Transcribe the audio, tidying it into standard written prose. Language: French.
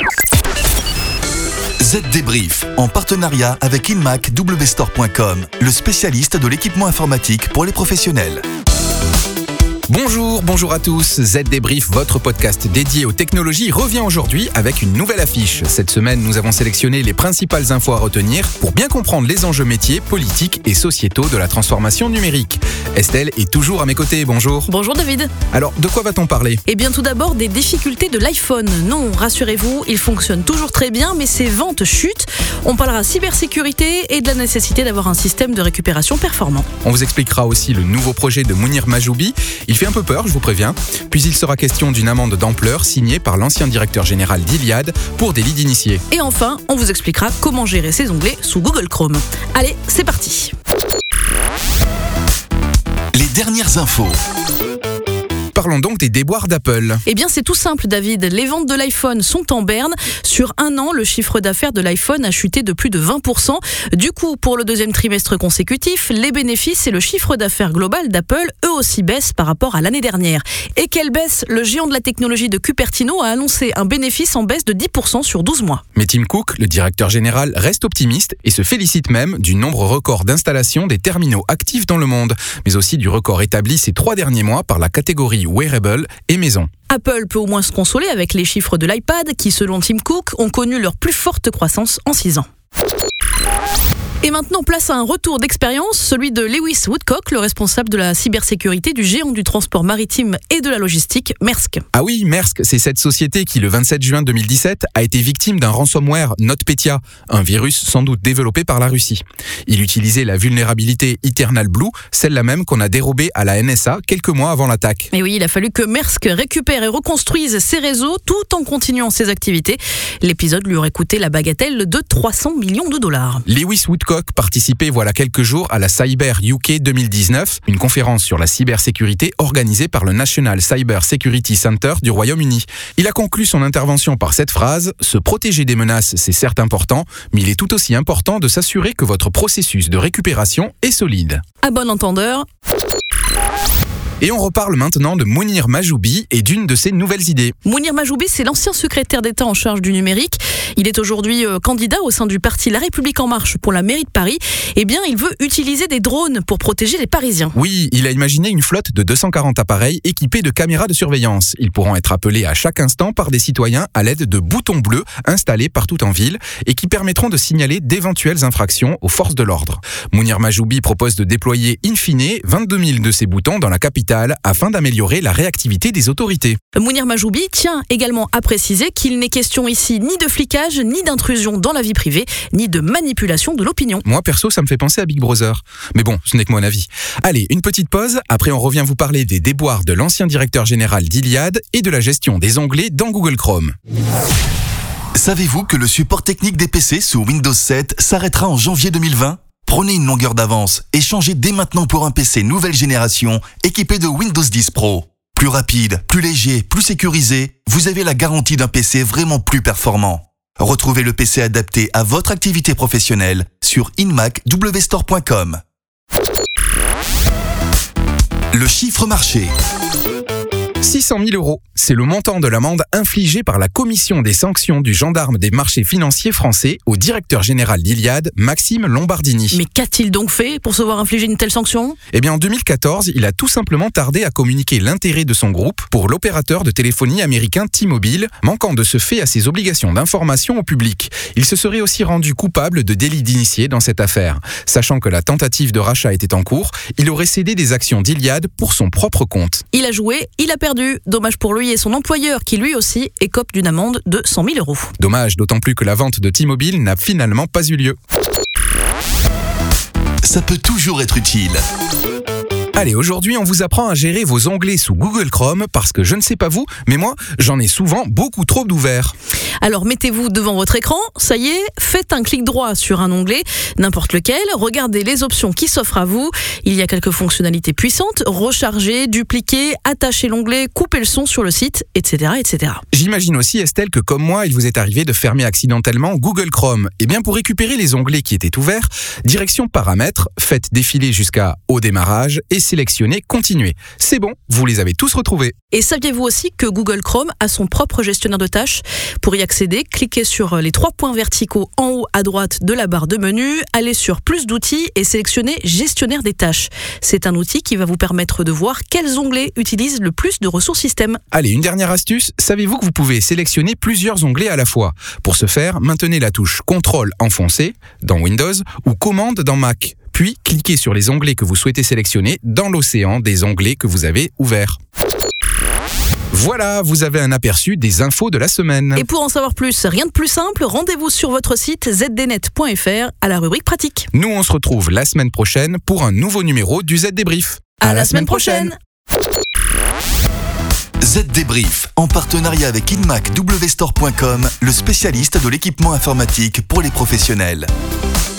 Z-Débrief, en partenariat avec InMacWstore.com, le spécialiste de l'équipement informatique pour les professionnels. Bonjour à tous. Z-Débrief, votre podcast dédié aux technologies, revient aujourd'hui avec une nouvelle affiche. Cette semaine, nous avons sélectionné les principales infos à retenir pour bien comprendre les enjeux métiers, politiques et sociétaux de la transformation numérique. Estelle est toujours à mes côtés, bonjour. Bonjour David. Alors, de quoi va-t-on parler ? Eh bien tout d'abord des difficultés de l'iPhone. Non, rassurez-vous, il fonctionne toujours très bien, mais ses ventes chutent. On parlera cybersécurité et de la nécessité d'avoir un système de récupération performant. On vous expliquera aussi le nouveau projet de Mounir Majoubi. Il fait un peu peur, je vous préviens. Puis il sera question d'une amende d'ampleur signée par l'ancien directeur général d'Iliad pour délit d'initié. Et enfin, on vous expliquera comment gérer ses onglets sous Google Chrome. Allez, c'est parti. Les dernières infos. Parlons donc des déboires d'Apple. Eh bien c'est tout simple David, les ventes de l'iPhone sont en berne. Sur un an, le chiffre d'affaires de l'iPhone a chuté de plus de 20%. Du coup, pour le deuxième trimestre consécutif, les bénéfices et le chiffre d'affaires global d'Apple, eux aussi baissent par rapport à l'année dernière. Et quelle baisse ? Le géant de la technologie de Cupertino a annoncé un bénéfice en baisse de 10% sur 12 mois. Mais Tim Cook, le directeur général, reste optimiste et se félicite même du nombre record d'installations des terminaux actifs dans le monde, mais aussi du record établi ces 3 derniers mois par la catégorie wearable et maison. Apple peut au moins se consoler avec les chiffres de l'iPad qui, selon Tim Cook, ont connu leur plus forte croissance en 6 ans. Et maintenant, place à un retour d'expérience, celui de Lewis Woodcock, le responsable de la cybersécurité du géant du transport maritime et de la logistique, Maersk. Ah oui, Maersk, c'est cette société qui, le 27 juin 2017, a été victime d'un ransomware NotPetya, un virus sans doute développé par la Russie. Il utilisait la vulnérabilité Eternal Blue, celle-là même qu'on a dérobée à la NSA quelques mois avant l'attaque. Et oui, il a fallu que Maersk récupère et reconstruise ses réseaux tout en continuant ses activités. L'épisode lui aurait coûté la bagatelle de 300 millions de dollars. Lewis Woodcock participait voilà quelques jours à la Cyber UK 2019, une conférence sur la cybersécurité organisée par le National Cyber Security Center du Royaume-Uni. Il a conclu son intervention par cette phrase : se protéger des menaces, c'est certes important, mais il est tout aussi important de s'assurer que votre processus de récupération est solide. À bon entendeur. Et on reparle maintenant de Mounir Majoubi et d'une de ses nouvelles idées. Mounir Majoubi, c'est l'ancien secrétaire d'État en charge du numérique. Il est aujourd'hui candidat au sein du parti La République En Marche pour la mairie de Paris. Eh bien, il veut utiliser des drones pour protéger les Parisiens. Oui, il a imaginé une flotte de 240 appareils équipés de caméras de surveillance. Ils pourront être appelés à chaque instant par des citoyens à l'aide de boutons bleus installés partout en ville et qui permettront de signaler d'éventuelles infractions aux forces de l'ordre. Mounir Majoubi propose de déployer in fine 22 000 de ces boutons dans la capitale afin d'améliorer la réactivité des autorités. Mounir Majoubi tient également à préciser qu'il n'est question ici ni de flicage, ni d'intrusion dans la vie privée, ni de manipulation de l'opinion. Moi, perso, ça me fait penser à Big Brother. Mais bon, ce n'est que mon avis. Allez, une petite pause. Après, on revient vous parler des déboires de l'ancien directeur général d'Iliad et de la gestion des onglets dans Google Chrome. Savez-vous que le support technique des PC sous Windows 7 s'arrêtera en janvier 2020 ? Prenez une longueur d'avance et changez dès maintenant pour un PC nouvelle génération équipé de Windows 10 Pro. Plus rapide, plus léger, plus sécurisé, vous avez la garantie d'un PC vraiment plus performant. Retrouvez le PC adapté à votre activité professionnelle sur InMacWstore.com. Le chiffre marché. 600 000 €, c'est le montant de l'amende infligée par la commission des sanctions du gendarme des marchés financiers français au directeur général d'Iliad, Maxime Lombardini. Mais qu'a-t-il donc fait pour se voir infliger une telle sanction ? Eh bien, en 2014, il a tout simplement tardé à communiquer l'intérêt de son groupe pour l'opérateur de téléphonie américain T-Mobile, manquant de ce fait à ses obligations d'information au public. Il se serait aussi rendu coupable de délit d'initié dans cette affaire. Sachant que la tentative de rachat était en cours, il aurait cédé des actions d'Iliad pour son propre compte. Il a joué, il a perdu. Dommage pour lui et son employeur qui lui aussi écope d'une amende de 100 000 €. Dommage, d'autant plus que la vente de T-Mobile n'a finalement pas eu lieu. Ça peut toujours être utile. Allez, aujourd'hui, on vous apprend à gérer vos onglets sous Google Chrome parce que je ne sais pas vous, mais moi, j'en ai souvent beaucoup trop d'ouverts. Alors mettez-vous devant votre écran, ça y est, faites un clic droit sur un onglet, n'importe lequel, regardez les options qui s'offrent à vous. Il y a quelques fonctionnalités puissantes, recharger, dupliquer, attacher l'onglet, couper le son sur le site, etc., etc. J'imagine aussi, Estelle, que comme moi, il vous est arrivé de fermer accidentellement Google Chrome. Et bien, pour récupérer les onglets qui étaient ouverts, direction paramètres, faites défiler jusqu'à au démarrage et sélectionnez continuer. C'est bon, vous les avez tous retrouvés. Et saviez-vous aussi que Google Chrome a son propre gestionnaire de tâches ? Pour y accéder accéder, cliquez sur les 3 points verticaux en haut à droite de la barre de menu, allez sur plus d'outils et sélectionnez gestionnaire des tâches. C'est un outil qui va vous permettre de voir quels onglets utilisent le plus de ressources système. Allez, une dernière astuce, savez-vous que vous pouvez sélectionner plusieurs onglets à la fois? Pour ce faire, maintenez la touche CTRL enfoncée dans Windows ou Commande dans Mac. Puis, cliquez sur les onglets que vous souhaitez sélectionner dans l'océan des onglets que vous avez ouverts. Voilà, vous avez un aperçu des infos de la semaine. Et pour en savoir plus, rien de plus simple, rendez-vous sur votre site zdnet.fr à la rubrique pratique. Nous, on se retrouve la semaine prochaine pour un nouveau numéro du Z Débrief. À la semaine prochaine. Z Débrief, en partenariat avec InMacWstore.com, le spécialiste de l'équipement informatique pour les professionnels.